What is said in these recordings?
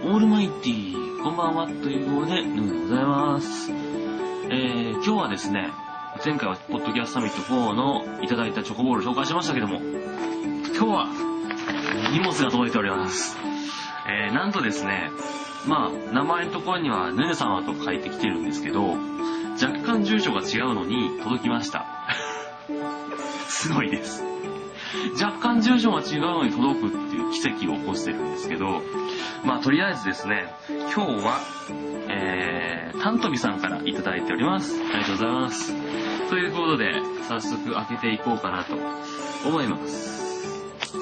オールマイティー、こんばんは、ということで、ヌーでございます。今日はですね、前回はポッドキャストサミット4のいただいたチョコボールを紹介しましたけども、今日は荷物が届いております。なんとですね、名前のところにはヌヌ様と書いてきてるんですけど、若干住所が違うのに届きました。すごいです。若干住所が違うのに届くっていう奇跡を起こしてるんですけど、とりあえずですね、今日は、タントビさんからいただいております。ありがとうございます。ということで、早速開けていこうかなと思います。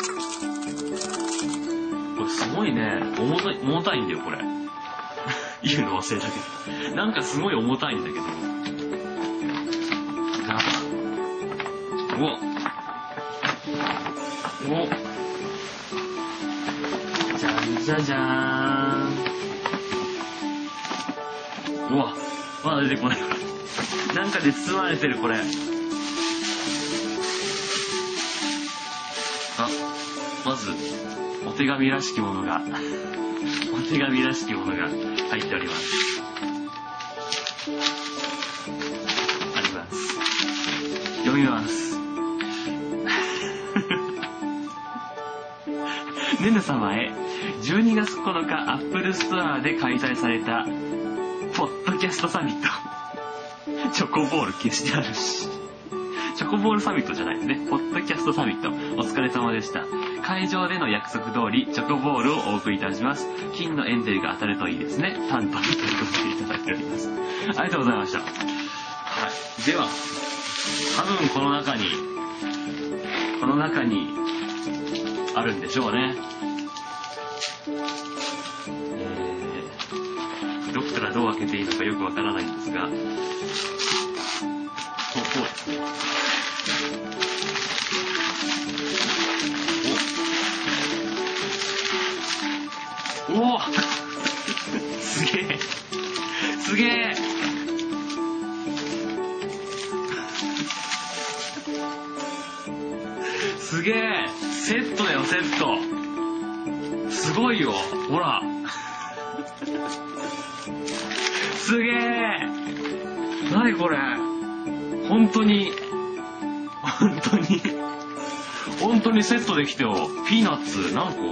これすごいね、重たいんだよ、これ。言うの忘れたけど。なんかすごい重たいんだけど。おじゃんじゃじゃーん。うわ、まだ出てこない。なんかで包まれてる、これ。まず、お手紙らしきものが、入っております。ありがとうございます。読みます。ヌヌ様へ、12月9日アップルストアで開催されたポッドキャストサミット。チョコボール消してあるし。チョコボールサミットじゃないですね。ポッドキャストサミット。お疲れ様でした。会場での約束通りチョコボールをお送りいたします。金のエンゼルが当たるといいですね。担当ということでいただいております。ありがとうございました。はい。では、多分この中にあるんでしょうね。どっからどう開けていいのかよくわからないんですが、こうですね。おすげえすげえすげえセットだよ、セット。すごいよ、ほら。すげえ。なにこれ。本当にセットできてよ。ピーナッツ何個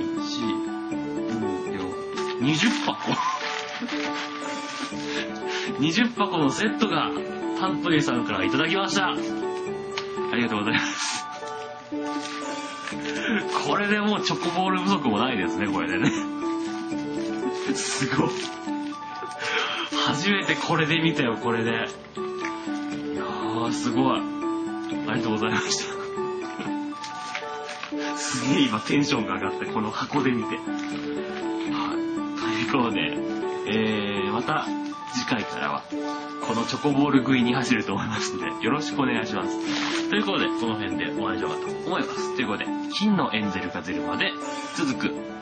?2、4、5、4、20箱20箱のセットがタントリーさんからいただきました。ありがとうございます。これでもうチョコボール不足もないですね、これでね。すごい。初めてこれで見たよ、これで。いやー、すごい。ありがとうございました。すげえ今テンションが上がって、この箱で見て。はい。ということで、また次回からは、このチョコボール食いに走ると思いますので、よろしくお願いします。ということで、この辺で終わりしようかと思います。ということで、金のエンゼルが出るまで続く。